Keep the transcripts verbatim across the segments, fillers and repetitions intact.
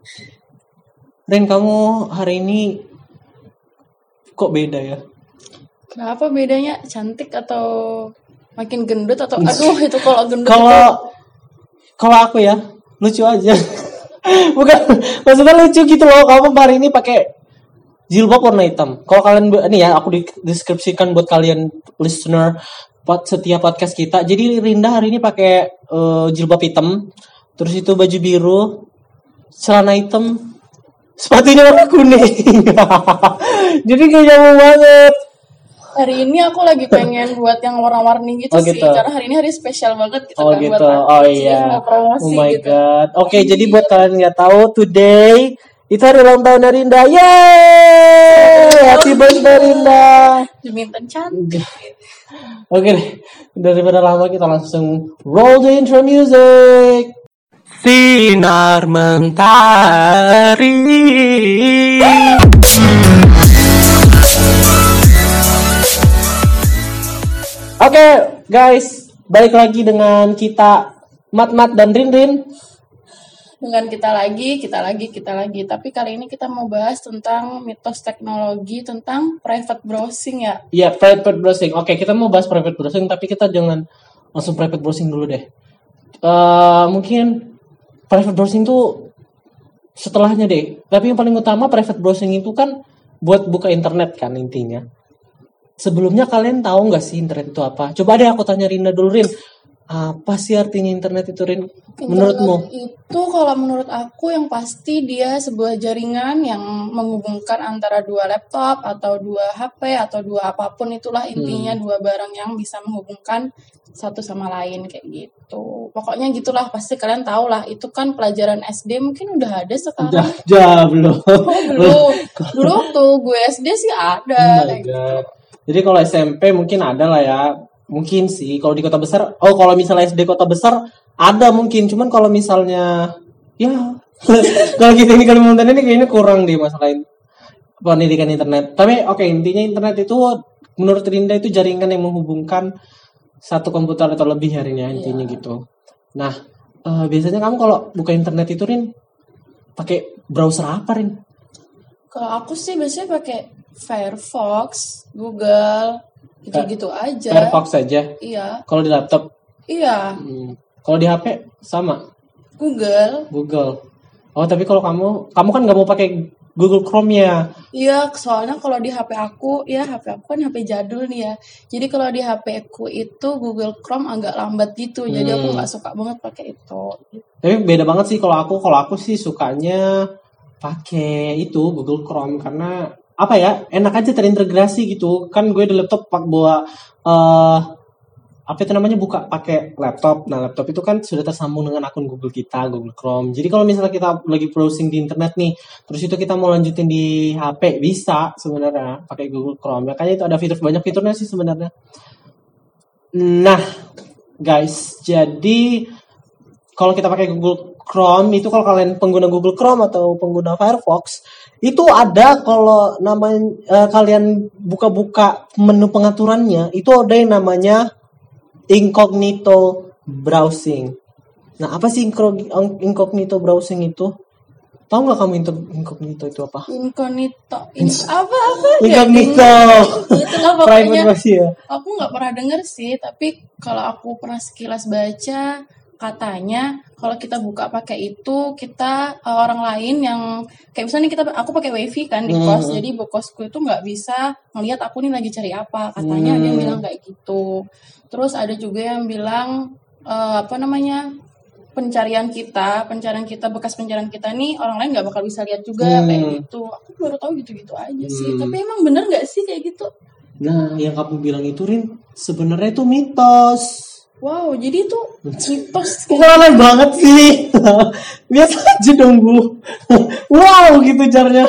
Rin, kamu hari ini kok beda ya? Kenapa bedanya? Cantik atau makin gendut atau aduh itu kalau gendut Kalau kalau aku ya lucu aja. Bukan, maksudnya lucu gitu loh. Kamu hari ini pakai jilbab warna hitam. Kalau kalian ini ya aku deskripsikan buat kalian listener pot setiap podcast kita. Jadi Rinda hari ini pakai uh, jilbab hitam, terus itu baju biru, celana hitam, sepatunya warna kuning. Jadi gak nyambung banget. Hari ini aku lagi pengen buat yang warna-warni gitu, Oh, sih gitu. Karena hari ini hari spesial banget gitu Oh kan gitu. buat aku. Oh Jadi iya. mau promosi Oh my gitu. god. Oke, okay, Iya. jadi buat kalian nggak tahu, today itu hari ulang tahun Rinda. Yeay! Happy birthday Rinda. Juminten cantik. Oke deh, daripada lama kita langsung roll the intro music. Sinar mentari. Oke okay, guys, balik lagi dengan kita Mat Mat dan Rin Rin. Dengan kita lagi, kita lagi, kita lagi. Tapi kali ini kita mau bahas tentang mitos teknologi tentang private browsing ya. Iya, yeah, private browsing. Oke, okay, kita mau bahas private browsing, tapi kita jangan langsung private browsing dulu deh. Uh, mungkin private browsing tuh setelahnya deh. Tapi yang paling utama private browsing itu kan buat buka internet kan intinya. Sebelumnya kalian tahu nggak sih internet itu apa? Coba deh aku tanya Rinda dulu, Rin. Apa sih artinya internet itu, Rin? Menurutmu? Internet itu kalau menurut aku yang pasti dia sebuah jaringan yang menghubungkan antara dua laptop atau dua H P atau dua apapun, itulah intinya hmm. dua barang yang bisa menghubungkan satu sama lain kayak gitu. Pokoknya gitulah, pasti kalian tahu lah. Itu kan pelajaran S D mungkin udah ada sekarang. Udah, udah belum. Oh, belum. Dulu waktu gue S D sih ada. Oh my god. Gitu. Jadi kalau S M P mungkin ada lah ya. Mungkin sih kalau di kota besar. Oh, kalau misalnya S D kota besar ada mungkin. Cuman kalau misalnya ya kalau kita ini Kalimantan ini kayaknya kurang deh masalah pendidikan internet. Tapi oke, okay, intinya internet itu menurut Rinda itu jaringan yang menghubungkan satu komputer atau lebih harinya intinya yeah. gitu. Nah, uh, biasanya kamu kalau buka internet itu Rin pakai browser apa, Rin? Kalau aku sih biasanya pakai Firefox, Google, gitu-gitu aja. Firefox aja? Iya. Kalau di laptop? Iya. Hmm. Kalau di H P sama? Google. Google. Oh, tapi kalau kamu, kamu kan nggak mau pakai Google Chrome ya? Iya, soalnya kalau di H P aku, ya H P aku kan H P jadul nih ya. Jadi kalau di H P aku itu Google Chrome agak lambat gitu. Hmm. Jadi aku nggak suka banget pakai itu. Tapi beda banget sih kalau aku. Kalau aku sih sukanya pakai itu Google Chrome karena apa ya, enak aja terintegrasi gitu kan. Gue di laptop pak bawa uh, apa itu namanya buka pakai laptop. Nah laptop itu kan sudah tersambung dengan akun Google kita, Google Chrome. Jadi kalau misalnya kita lagi browsing di internet nih, terus itu kita mau lanjutin di H P bisa sebenarnya pakai Google Chrome. Makanya itu ada fitur, banyak fiturnya sih sebenarnya. Nah guys, jadi kalau kita pakai Google Chrome itu, kalau kalian pengguna Google Chrome atau pengguna Firefox itu ada, kalau namanya uh, kalian buka-buka menu pengaturannya itu ada yang namanya incognito browsing. Nah apa sih incognito browsing itu? Tahu nggak kamu incognito itu apa? Incognito, In, apa apa? Incognito. Itu apa private browsing ya? Aku nggak pernah dengar sih, tapi kalau aku pernah sekilas baca, katanya kalau kita buka pakai itu, kita uh, orang lain yang kayak misalnya kita aku pakai wifi kan di kos, hmm. jadi bokosku itu nggak bisa ngelihat aku nih lagi cari apa, katanya hmm. ada yang bilang kayak gitu. Terus ada juga yang bilang uh, apa namanya pencarian kita, pencarian kita bekas pencarian kita nih orang lain nggak bakal bisa lihat juga hmm. kayak gitu. Aku baru tahu gitu-gitu aja sih. Hmm. Tapi emang bener nggak sih kayak gitu? Nah, yang kamu bilang itu Rin sebenarnya itu mitos. Wow, jadi itu mitos. Kok aneh banget sih? Biasa aja dong, Bu. Wow, gitu caranya.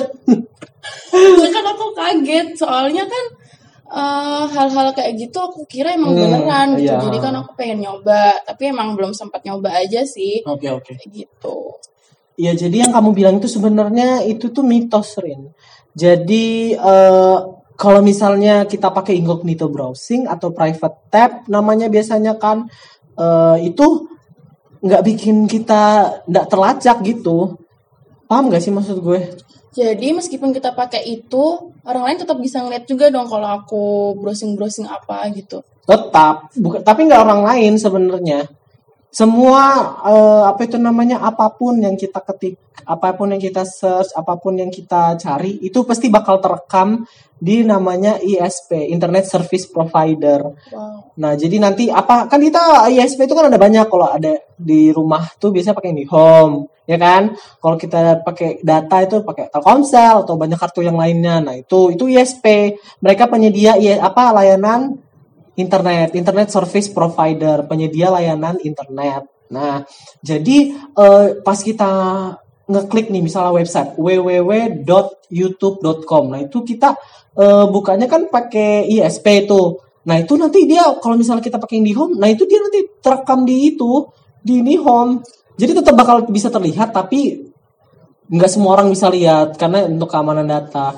Kan aku kaget, soalnya kan uh, hal-hal kayak gitu aku kira emang hmm, beneran gitu. Iya. Jadi kan aku pengen nyoba, tapi emang belum sempat nyoba aja sih. Oke, okay, oke. Okay. Kayak gitu. Iya, jadi yang kamu bilang itu sebenarnya itu tuh mitos, Rin. Jadi uh, kalau misalnya kita pakai incognito browsing atau private tab namanya biasanya kan, uh, itu nggak bikin kita nggak terlacak gitu. Paham gak sih maksud gue? Jadi meskipun kita pakai itu, orang lain tetap bisa ngeliat juga dong kalau aku browsing-browsing apa gitu. Tetap, bukan, tapi nggak orang lain sebenarnya. Semua eh, apa itu namanya, apapun yang kita ketik, apapun yang kita search, apapun yang kita cari, itu pasti bakal terekam di namanya I S P, Internet Service Provider. Wow. Nah, jadi nanti apa kan kita I S P itu kan ada banyak. Kalau ada di rumah tuh biasanya pakai IndiHome, ya kan? Kalau kita pakai data itu pakai Telkomsel atau banyak kartu yang lainnya. Nah, itu itu I S P. Mereka penyedia I, apa layanan internet, Internet Service Provider, penyedia layanan internet. Nah, jadi eh, pas kita ngeklik nih misalnya website w w w dot youtube dot com. Nah, itu kita eh, bukanya kan pakai I S P itu. Nah, itu nanti dia kalau misalnya kita pakai IndiHome, nah itu dia nanti terekam di itu, di IndiHome. Jadi tetap bakal bisa terlihat, tapi nggak semua orang bisa lihat karena untuk keamanan data.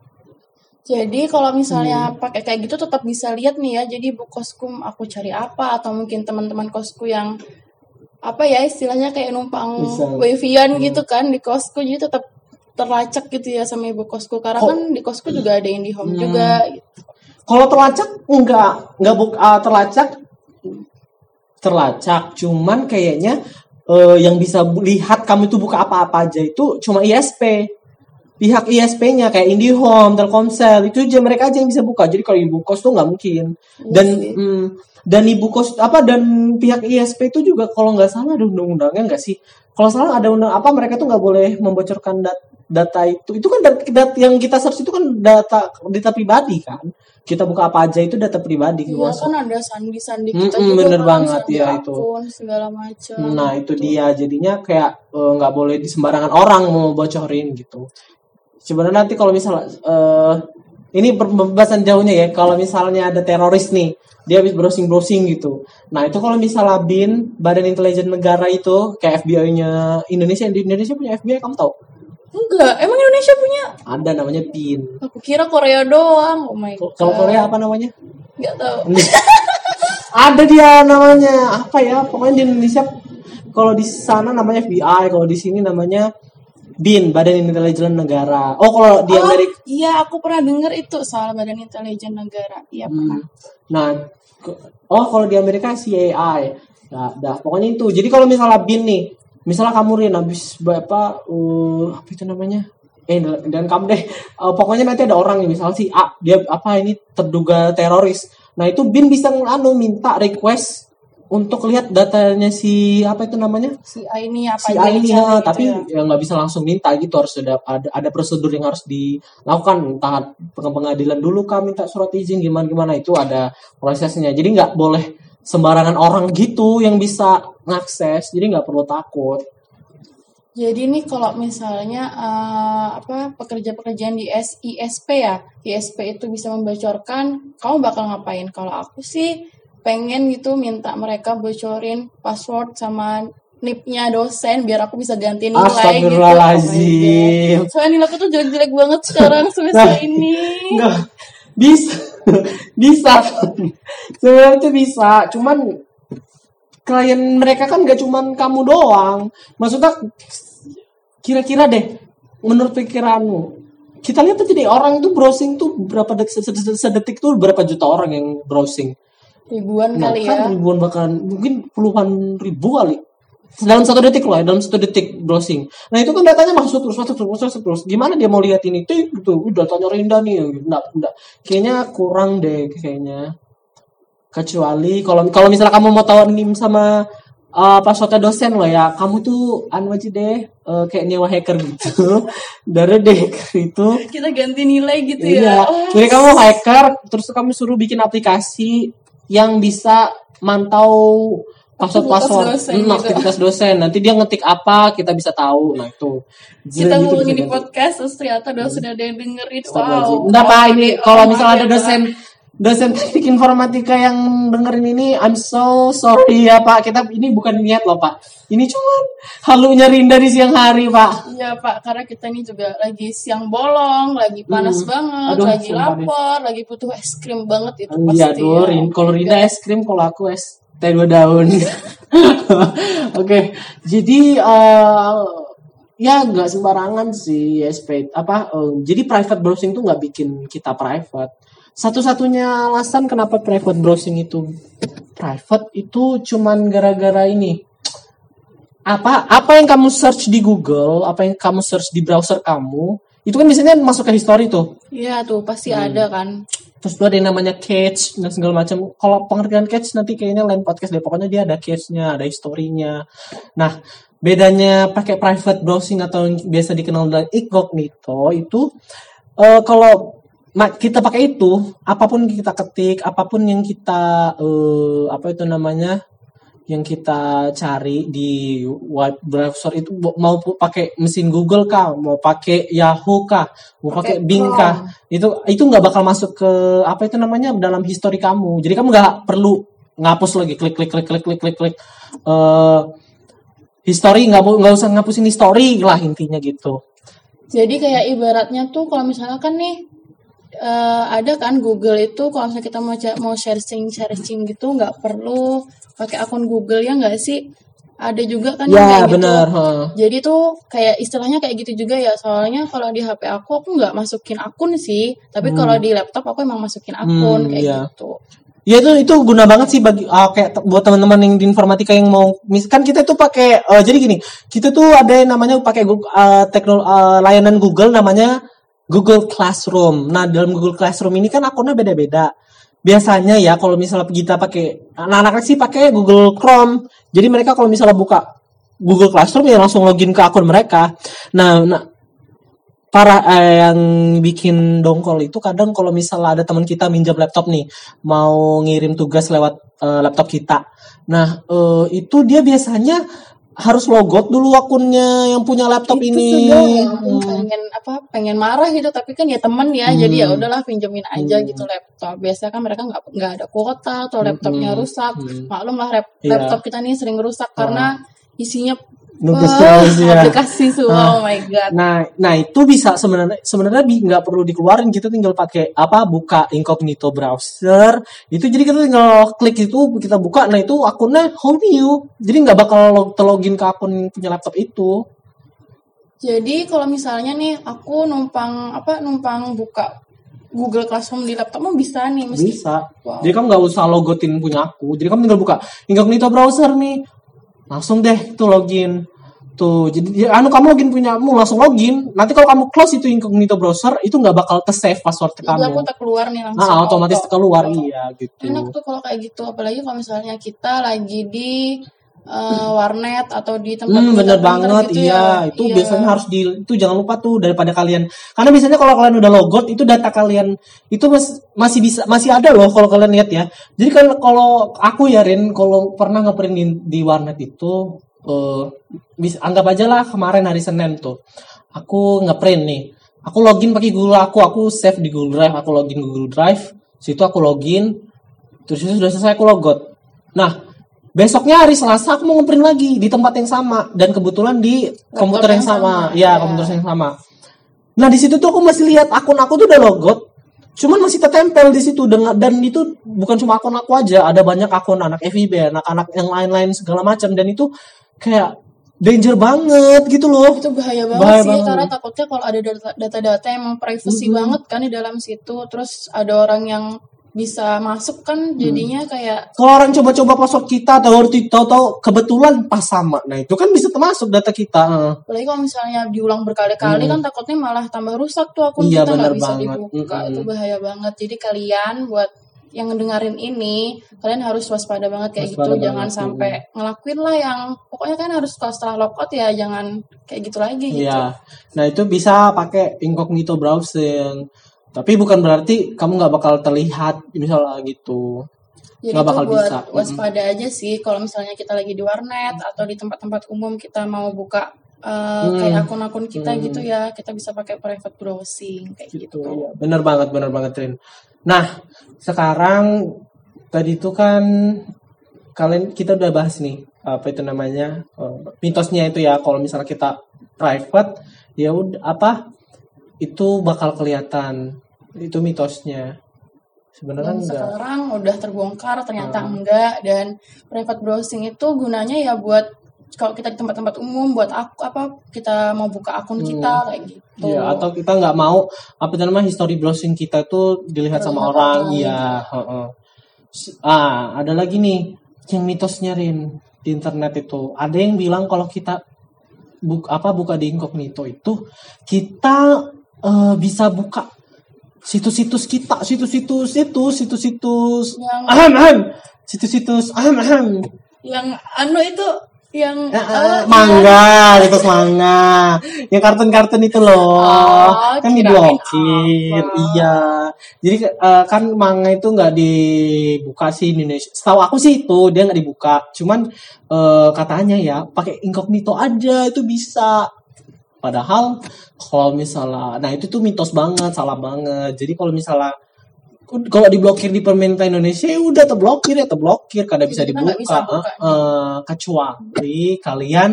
Jadi kalau misalnya hmm. pakai kayak gitu tetap bisa lihat nih ya. Jadi bu kosku aku cari apa, atau mungkin teman-teman kosku yang apa ya istilahnya kayak numpang wifi-an hmm. gitu kan di kosku, jadi tetap terlacak gitu ya sama ibu kosku, karena oh. kan di kosku juga ada IndiHome hmm. juga gitu. Kalau terlacak enggak enggak buk, uh, terlacak terlacak cuman kayaknya uh, yang bisa lihat kamu itu buka apa-apa aja itu cuma I S P. Pihak I S P-nya kayak IndiHome, Telkomsel, itu aja mereka aja yang bisa buka. Jadi kalau ibu kos tuh nggak mungkin. Dan yes. mm, dan ibu kos apa dan pihak I S P itu juga kalau nggak salah ada undang-undangnya nggak sih? Kalau salah ada undang apa mereka tuh nggak boleh membocorkan dat, data itu. Itu kan data, data yang kita search itu kan data data pribadi kan. Kita buka apa aja itu data pribadi. Iya kan ada sandi-sandi kita mm-mm, juga. Bener kan, banget ya itu. Segala macam. Nah itu gitu. Dia jadinya kayak nggak uh, boleh di sembarangan orang mau bocorin gitu. Sebenarnya nanti kalau misalnya uh, ini pembahasan jauhnya ya, kalau misalnya ada teroris nih, dia habis browsing-browsing gitu. Nah, itu kalau misalnya B I N, Badan Intelijen Negara itu kayak F B I-nya Indonesia, di Indonesia punya F B I, kamu tahu? Enggak, emang Indonesia punya? Ada namanya B I N. Aku kira Korea doang. Oh my god. Kalau Korea apa namanya? Enggak tahu. Ada dia namanya apa ya? Pokoknya di Indonesia kalau di sana namanya F B I, kalau di sini namanya B I N, Badan Intelijen Negara. Oh, kalau di oh, Amerika. Iya, aku pernah dengar itu soal Badan Intelijen Negara. Iya, hmm. pernah. Nah, oh kalau di Amerika C A I. Nah, dah pokoknya itu. Jadi kalau misalnya B I N nih, misalnya kamu Rin habis apa uh, apa itu namanya? Eh dan kamu deh. Uh, pokoknya nanti ada orang nih, misalnya si A, dia apa ini terduga teroris. Nah, itu B I N bisa anu minta request untuk lihat datanya si apa itu namanya si A ini apa si A ini ya, gitu tapi ya nggak bisa langsung minta gitu, harus ada ada, ada prosedur yang harus dilakukan, entah pengadilan dulu kah minta surat izin gimana gimana, itu ada prosesnya. Jadi nggak boleh sembarangan orang gitu yang bisa ngakses, jadi nggak perlu takut. Jadi nih kalau misalnya uh, apa pekerja-pekerjaan di I S P ya, I S P itu bisa membocorkan, kamu bakal ngapain? Kalau aku sih pengen gitu minta mereka bocorin password sama N I P-nya dosen biar aku bisa ganti nilai gitu. Astagfirullahaladzim. Oh soalnya nilai aku tuh jelek-jelek banget sekarang semester nah, ini. Enggak. Bisa. Bisa. Sebenarnya itu bisa. Cuman klien mereka kan gak cuman kamu doang. Maksudnya kira-kira deh menurut pikiranmu, kita lihat aja deh orang itu browsing tuh berapa detik, sedetik tuh berapa juta orang yang browsing. Ribuan nah, kali kan ya. Ribuan bahkan mungkin puluhan ribu kali. Dalam satu detik loh, dalam satu detik browsing. Nah itu kan datanya masuk terus, masuk terus, masuk terus. Gimana dia mau lihat ini? Tuh gitu, datanya rendah nih. Enggak, enggak. Kayaknya kurang deh kayaknya. Kecuali kalau kalau misalnya kamu mau tahu nim sama uh, passwordnya dosen loh ya, kamu tuh anu aja deh, uh, kayak nyewa hacker gitu. Dari deh itu. Kita ganti nilai gitu iya. ya. Oh. Jadi kamu hacker, terus kamu suruh bikin aplikasi yang bisa mantau password-password dosen, hmm, aktivitas dosen. Nanti dia ngetik apa, kita bisa tahu. Nah itu. Kita ngomongin gitu, di podcast, terus ternyata dosen ada yang dengerin. Wow. Enggak Pak, ini kalau misalnya ada dosen dosen teknik informatika yang dengerin ini, I'm so sorry ya Pak. Kita ini bukan niat loh Pak. Ini cuma halunya Rinda di siang hari Pak. Iya Pak, karena kita ini juga lagi siang bolong, lagi panas hmm. banget, aduh, lagi lapar, lagi butuh es krim banget itu pasti. Iya tuh, ya. Kalau Rinda es krim, kalau aku es teh dua daun. Oke, okay. Jadi uh, ya nggak sembarangan sih S P apa eh, jadi private browsing tuh nggak bikin kita private. Satu-satunya alasan kenapa private browsing itu private itu cuman gara-gara ini. Apa apa yang kamu search di Google, apa yang kamu search di browser kamu, itu kan biasanya masuk ke history tuh. Iya tuh pasti ada kan. Terus tuh ada yang namanya cache dan segala macam. Kalau pengertian cache nanti kayaknya lain podcast deh. Pokoknya dia ada cache-nya, ada historinya. Nah, bedanya pakai private browsing atau yang biasa dikenal dengan incognito itu eh, kalau ma- kita pakai itu, apapun kita ketik, apapun yang kita eh, apa itu namanya? yang kita cari di web browser itu bo- mau pu- pakai mesin Google kah, mau pakai Yahoo kah, mau pakai Pakai Bing kah, itu itu nggak bakal masuk ke apa itu namanya dalam history kamu. Jadi kamu nggak perlu ngapus lagi klik klik klik klik klik klik klik eh history nggak bu- nggak usah ngapusin history lah intinya gitu. Jadi kayak ibaratnya tuh kalau misalnya kan nih eh, ada kan Google itu kalau misalnya kita mau ca- mau searching searching gitu nggak perlu pakai akun Google ya nggak sih? Ada juga kan yang Ya kayak gitu. benar. Ha. Jadi tuh kayak istilahnya kayak gitu juga ya. Soalnya kalau di H P aku aku nggak masukin akun sih, tapi kalau di laptop aku emang masukin akun Hmm, kayak iya. gitu. Ya itu itu guna banget sih bagi ah, kayak te- buat teman-teman yang di informatika yang mau mis- kan kita tuh pakai eh, jadi gini kita tuh ada yang namanya pakai Google teknologi layanan Google namanya Google Classroom. Nah dalam Google Classroom ini kan akunnya beda-beda. Biasanya ya kalau misalnya kita pakai anak-anak sih pakai Google Chrome. Jadi mereka kalau misalnya buka Google Classroom ya langsung login ke akun mereka. Nah, nah para eh, yang bikin dongkol itu kadang kalau misalnya ada teman kita minjam laptop nih mau ngirim tugas lewat eh, laptop kita nah eh, itu dia biasanya harus logout dulu akunnya yang punya laptop Itu ini. sudah ya ampun, pengen apa pengen marah gitu tapi kan ya temen ya jadi ya udahlah pinjemin aja gitu laptop. Biasanya kan mereka nggak nggak ada kuota atau laptopnya rusak. Maklum lah lap- Iya. laptop kita nih sering rusak karena isinya Nugas wah, terus, ya. aplikasi semua. Oh my god. Nah, nah itu bisa sebenarnya sebenarnya bi- nggak perlu dikeluarin kita tinggal pakai apa buka incognito browser itu jadi kita tinggal klik itu kita buka nah itu akunnya home view jadi nggak bakal log- terlogin ke akun punya laptop itu. Jadi kalau misalnya nih aku numpang apa numpang buka Google Classroom di laptop mau bisa nih meski. Bisa. Wow. Jadi kamu nggak usah logotin punya aku. Jadi kamu tinggal buka incognito browser nih. Langsung deh tuh login. Tuh, jadi ya, anu kamu login punyamu langsung login. Nanti kalau kamu close itu incognito browser itu nggak bakal ke-save password Jadi kamu. aku tak keluar nih langsung. Nah, otomatis auto. keluar Auto. iya gitu. Enak tuh kalau kayak gitu apalagi kalau misalnya kita lagi di eh, warnet atau di tempat Hmm, bener printer banget, gitu iya. ya. Itu Iya. biasanya harus di, itu jangan lupa tuh daripada kalian. Karena biasanya kalau kalian udah logout, itu data kalian itu mas- masih bisa, masih ada loh kalau kalian lihat ya. Jadi kan kalau aku ya Rin, kalau pernah ngeprint di, di warnet itu, eh bisa anggap aja lah kemarin hari Senin tuh, aku ngeprint nih. Aku login pakai Google aku, aku save di Google Drive, aku login Google Drive, situ aku login, terus itu sudah selesai aku logout. Nah, besoknya hari Selasa aku mau ngeprint lagi di tempat yang sama dan kebetulan di komputer yang yang sama. sama, Ya, ya. komputer yang sama. Nah, di situ tuh aku masih lihat akun aku tuh udah logout. Cuman masih tertempel di situ dengan dan itu bukan cuma akun aku aja, ada banyak akun anak F I B, anak-anak yang lain-lain segala macam dan itu kayak danger banget gitu loh. Itu bahaya banget Bahaya sih banget. karena takutnya kalau ada data- data-data yang emang privacy banget kan di dalam situ terus ada orang yang bisa masuk kan jadinya kayak Kalau orang coba-coba password kita atau tahu-tahu kebetulan pas sama. Nah, itu kan bisa termasuk data kita. apalagi kalau misalnya diulang berkali-kali kan takutnya malah tambah rusak tuh akun Iya, kita nggak bener bisa banget. dibuka. Mm-mm. Itu bahaya banget. Jadi kalian buat yang ngedengerin ini kalian harus waspada banget kayak Waspada gitu jangan banget, sampai ngelakuin lah yang pokoknya kan harus kalau setelah logout ya jangan kayak gitu lagi gitu. Iya. Nah, itu bisa pakai incognito browsing. Tapi bukan berarti kamu nggak bakal terlihat misalnya gitu. Jadi Nggak itu bakal buat bisa. waspada aja sih kalau misalnya kita lagi di warnet atau di tempat-tempat umum kita mau buka uh, kayak akun-akun kita gitu ya kita bisa pakai private browsing kayak gitu. Gitu. Iya. Bener banget, bener banget, Rin. Nah, sekarang tadi itu kan kalian kita udah bahas nih apa itu namanya eh, mitosnya itu ya kalau misalnya kita private ya udah apa itu bakal kelihatan itu mitosnya sebenarnya Dan enggak. sekarang udah terbongkar ternyata enggak dan private browsing itu gunanya ya buat kalau kita di tempat-tempat umum buat aku apa kita mau buka akun Hmm. kita kayak gitu. Iya, atau kita nggak mau apa namanya history browsing kita tuh dilihat sama Dilihat orang. orang. Iya, heeh. S- Ah, ada lagi nih yang mitosnya Rin di internet itu. Ada yang bilang kalau kita buk apa buka di incognito itu kita eh, bisa buka situs-situs kita, situs-situs itu, situs-situs Yang aham aham, situs-situs aham aham. yang anu itu yang Eh, apa, eh, mangga, situs mangga, yang kartun-kartun itu loh, Oh, kan kirain diblokir, apa. iya. Jadi eh, kan manga itu nggak dibuka sih di Indonesia. Setahu aku sih itu dia nggak dibuka. Cuman eh, katanya ya pakai incognito aja itu bisa. Padahal kalau misalnya, nah itu tuh mitos banget, salah banget. Jadi kalau misalnya kalau diblokir di pemerintah Indonesia ya udah terblokir ya terblokir, kada bisa Kita nggak dibuka. bisa buka. Eh, eh, kecuali kalian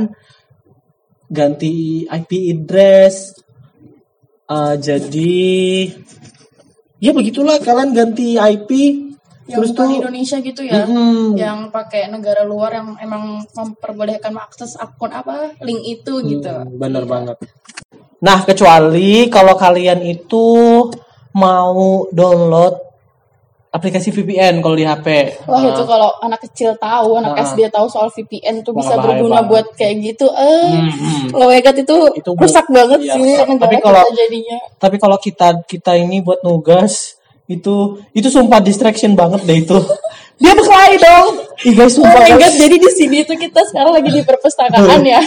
ganti I P address. Eh, jadi ya begitulah kalian ganti I P yang terus bukan tuh Indonesia gitu ya. mm-mm. Yang pakai negara luar yang emang memperbolehkan akses akun apa link itu gitu. Hmm, bener Iya. banget. Nah, kecuali kalau kalian itu mau download aplikasi V P N kalau di H P. Wah Ah, itu kalau anak kecil tahu, anak Ah. S D tahu soal V P N tuh Wah, bisa bahaya berguna banget. buat kayak gitu. Eh, hmm, hmm. ngewegat itu, Itu bu- rusak banget iya, sih rusak. negara Tapi kalau- kita jadinya. Tapi kalau kita kita ini buat nugas itu itu sumpah distraction banget deh itu. Dia berkelahi dong. Ih guys, Oh sumpah my god, guys. jadi di sini tuh kita sekarang lagi di perpustakaan ya.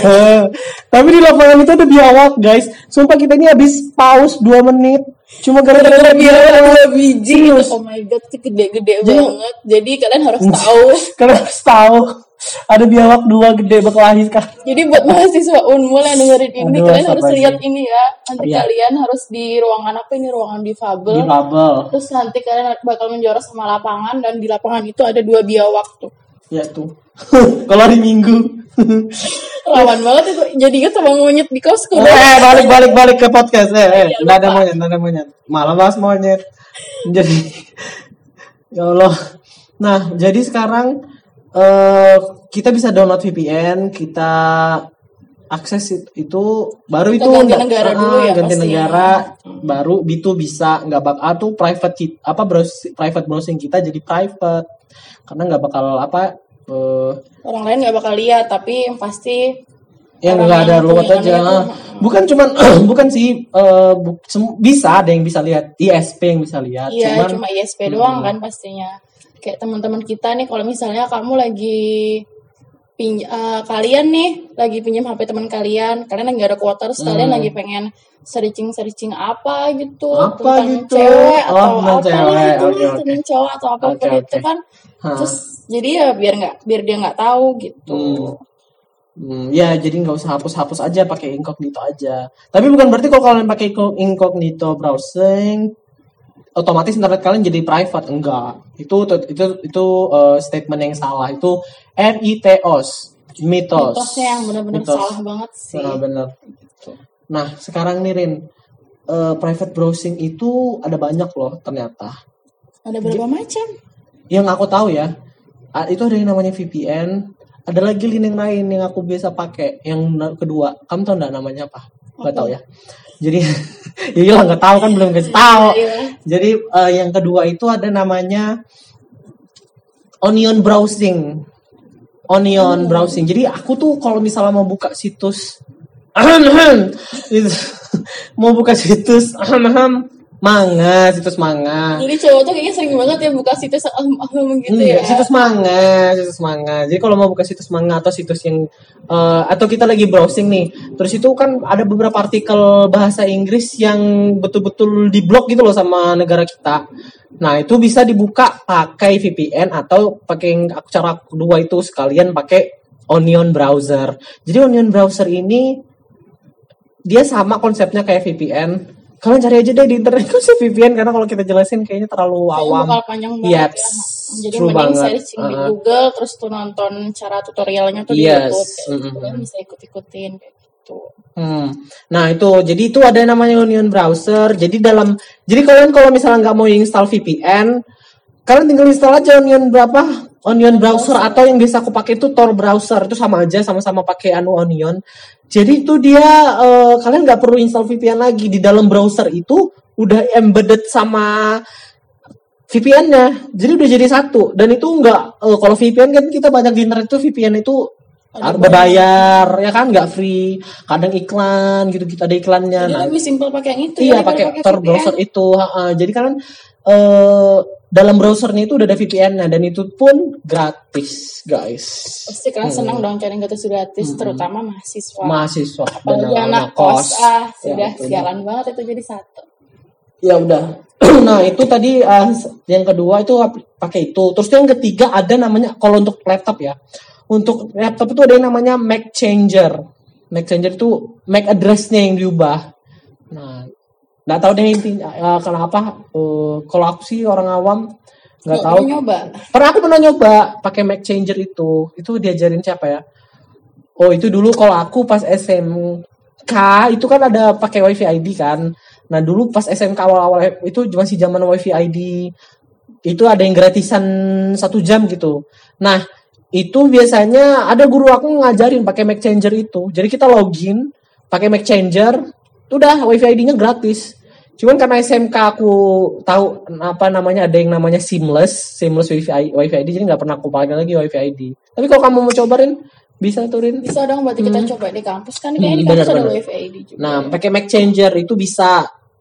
Tapi di lapangan itu ada biawak guys. Sumpah kita ini habis pause dua menit. Cuma gara-gara ada biawak. Dua biji. Serius. Oh my god, itu gede-gede Jadi- banget. Jadi kalian harus tahu. Kalian harus tahu ada biawak dua gede berkelahi sekarang. Jadi buat mahasiswa Unmul yang dengerin ini, Aduh, kalian harus astagfirullah. lihat ini ya. Nanti Iya. kalian harus di ruangan apa ini? Ruangan difabel. Di bubble. Terus nanti kalian bakal menjorok sama lapangan dan di lapangan itu ada dua biawak tuh. Ya tuh. Kalau hari Minggu. Rawan banget itu. Jadi ingat sama monyet di kosku. Eh, balik balik balik ke podcast. Eh, eh, Iya, enggak ada lupa. monyet, enggak ada monyet. Malah bahas monyet. Jadi ya Allah. Nah, jadi sekarang eh kita bisa download V P N, kita akses it- itu baru Kita itu ganti nggak- negara ah, dulu ya ganti pasti ya. negara baru itu bisa nggak bakal ah, tuh private kit- apa browsing private browsing kita jadi private karena nggak bakal apa eh Orang lain nggak bakal lihat, tapi yang pasti yang orang nggak ada yang luwet punya aja. itu, Bukan cuman bukan sih eh, bu- sem- bisa ada yang bisa lihat I S P yang bisa lihat. iya cuman cuma I S P doang kan pastinya. Kayak teman-teman kita nih, kalau misalnya kamu lagi pinj eh, kalian nih lagi pinjam H P teman kalian, kalian lagi gak ada kuota, terus kalian Hmm. lagi pengen searching searching apa gitu Apa tentang gitu? cewek Oh, atau tentang apa cewek. lah itu Oke, lah, oke. tentang cowok atau apa Oke, itu oke. kan. Hah. Terus jadi ya biar nggak biar dia nggak tahu gitu. Hmm. Hmm, ya jadi nggak usah hapus-hapus aja, pakai incognito aja. Tapi bukan berarti kalau kalian pakai inco- incognito browsing otomatis internet kalian jadi private, enggak. Itu itu itu eh, statement yang salah. Itu mitos, mitos. Mitosnya yang benar-benar Mitos. salah banget sih. Nah, bener. Nah, sekarang nih Rin, eh, private browsing itu ada banyak loh ternyata. Ada berapa macam? Yang aku tahu ya, a- itu ada yang namanya V P N. Ada lagi link lain yang aku biasa pakai. Yang na- kedua, kamu tahu nggak namanya apa? Nggak Apa? tahu ya. Jadi, iya nggak tahu kan belum kasih tahu. Iya. Jadi eh, yang kedua itu ada namanya Onion Browsing. Onion Browsing. Jadi aku tuh kalau misalnya mau buka situs itu, mau buka situs manga, situs manga. Jadi cowok tuh kayaknya sering banget ya buka situs ahem-ahem gitu Enggak, ya. situs manga, situs manga. Jadi kalau mau buka situs manga atau situs yang eh, atau kita lagi browsing nih, terus itu kan ada beberapa artikel bahasa Inggris yang betul-betul diblok gitu loh sama negara kita. Nah, itu bisa dibuka pakai V P N atau pakai yang cara kedua itu sekalian pakai Onion browser. Jadi Onion browser ini dia sama konsepnya kayak V P N. Kalian cari aja deh di internet konsep V P N karena kalau kita jelasin kayaknya terlalu Kayaknya awam. bakal panjang banget Yes, ya. Jadi true mending banget. searching di Uh-huh. Google terus tuh nonton cara tutorialnya tuh di Yes, YouTube kayak gitu. mm-mm. Kalian bisa ikut-ikutin kayak gitu. Hmm. Nah itu, jadi itu ada yang namanya Onion browser. Jadi dalam, jadi kalian kalau misalnya nggak mau install V P N, kalian tinggal install aja Onion berapa Onion browser, browser atau yang biasa aku pakai itu Tor browser, itu sama aja, sama-sama pakai anu Onion. Jadi itu dia uh, kalian nggak perlu install V P N lagi, di dalam browser itu udah embedded sama V P N-nya, jadi udah jadi satu. Dan itu nggak uh, kalau V P N kan kita banyak di internet itu V P N itu harus berbayar, ya kan, nggak free, kadang iklan gitu, kita ada iklannya. Jadi nah, lebih simpel pakai yang itu. Iya, pakai Tor browser itu. Uh, jadi kalian uh, dalam browsernya itu udah ada V P N-nya dan itu pun gratis, guys. Pasti kalian hmm. senang dong cari gratis gratis, hmm. terutama mahasiswa. Mahasiswa. Apalagi anak kos, ah sudah ya, sialan banget itu jadi satu. Ya udah. Nah itu tadi uh, yang kedua itu pakai itu. Terus yang ketiga ada namanya, kalau untuk laptop ya, untuk laptop itu ada yang namanya Mac Changer. Mac Changer itu Mac address-nya yang diubah. Nah, nggak tahu deh intinya uh, kenapa. Uh, kalau aku sih orang awam nggak tahu. Pernah nyoba? Pernah aku pernah nyoba pakai Mac Changer itu. Itu diajarin siapa ya? Oh itu dulu kalau aku pas S M K itu kan ada pakai WiFi I D kan. Nah dulu pas S M K awal-awal itu masih zaman WiFi I D, itu ada yang gratisan satu jam gitu. Nah itu biasanya ada guru aku ngajarin pakai Mac Changer itu. Jadi kita login pakai Mac Changer, udah WiFi I D-nya gratis. Cuman karena S M K aku tahu apa namanya, ada yang namanya seamless, seamless WiFi WiFi I D, jadi nggak pernah aku pakai lagi WiFi I D. Tapi kalau kamu mau cobain bisa turin. Bisa dong, berarti hmm. kita coba di kampus kan, kayaknya hmm, di kampus ada WiFi I D juga. Nah, pakai Mac Changer itu bisa.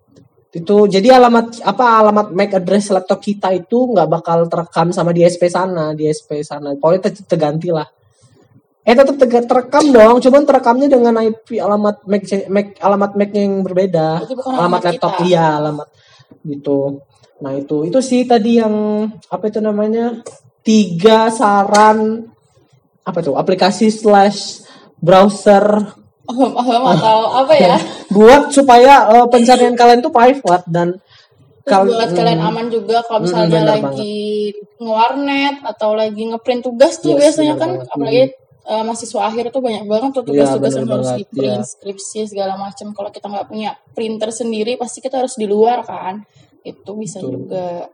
Itu jadi alamat apa alamat M A C address laptop kita itu nggak bakal terekam sama di S P sana, di S P sana. Pokoknya tetap terganti lah. Eh tetap terekam dong, cuman terekamnya dengan I P alamat Mac, Mac alamat Mac yang berbeda. Alamat, alamat laptop kita. Iya, alamat gitu. Nah, itu itu sih tadi yang apa itu namanya? Tiga saran apa tuh? Aplikasi slash browser Oh, oh, atau apa ya? Buat supaya uh, pencarian kalian tuh private dan kal- buat mm, kalian aman juga kalau misalnya mm, lagi ngewarnet atau lagi ngeprint tugas tuh yes, biasanya kan banget. Apalagi uh, mahasiswa akhir tuh banyak banget tuh tugas-tugas ya, yang harus di print, ya. Skripsi segala macam. Kalau kita nggak punya printer sendiri pasti kita harus di luar kan. Itu bisa Betul. juga.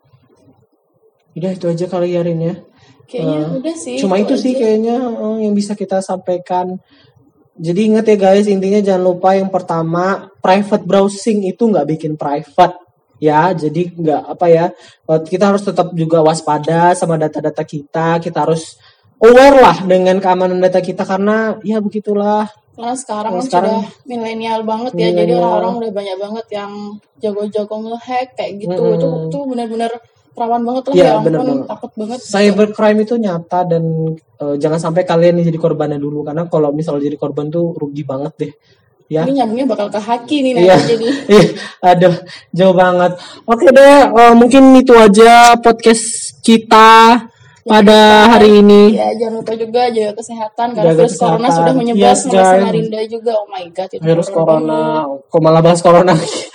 Udah itu aja kali ya Rin ya. Kayaknya uh, udah sih. Cuma itu, itu sih kayaknya uh, yang bisa kita sampaikan. Jadi ingat ya guys, intinya jangan lupa yang pertama, private browsing itu nggak bikin private ya. Jadi nggak apa ya, kita harus tetap juga waspada sama data-data kita. Kita harus aware lah dengan keamanan data kita karena ya begitulah. Karena sekarang kan sekarang sudah milenial banget ya, millennial. Jadi orang-orang udah banyak banget yang jago-jago nge-hack kayak gitu. Hmm. Itu tuh benar-benar rawan banget lah ya, ya ampun, takut banget. Cybercrime itu nyata dan uh, jangan sampai kalian jadi korbannya dulu, karena kalau misalnya jadi korban tuh rugi banget deh. Ya. Ini nyambungnya bakal ke haki nih nanti iya. jadi. Iya, aduh, jauh banget. Oke deh, uh, mungkin itu aja podcast kita ya, pada hari ini. Ya, jangan lupa juga jaga kesehatan karena virus corona sudah menyebar yes, sama Samarinda juga. Oh my god, itu virus corona. Kok malah bahas corona?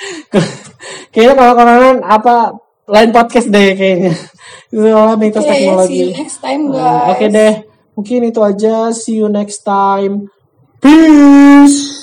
Kayaknya kalau corona apa lain podcast deh kayaknya. Itu adalah mitos okay, teknologi. See you next time guys. Uh, Oke okay deh. Mungkin itu aja. See you next time. Peace.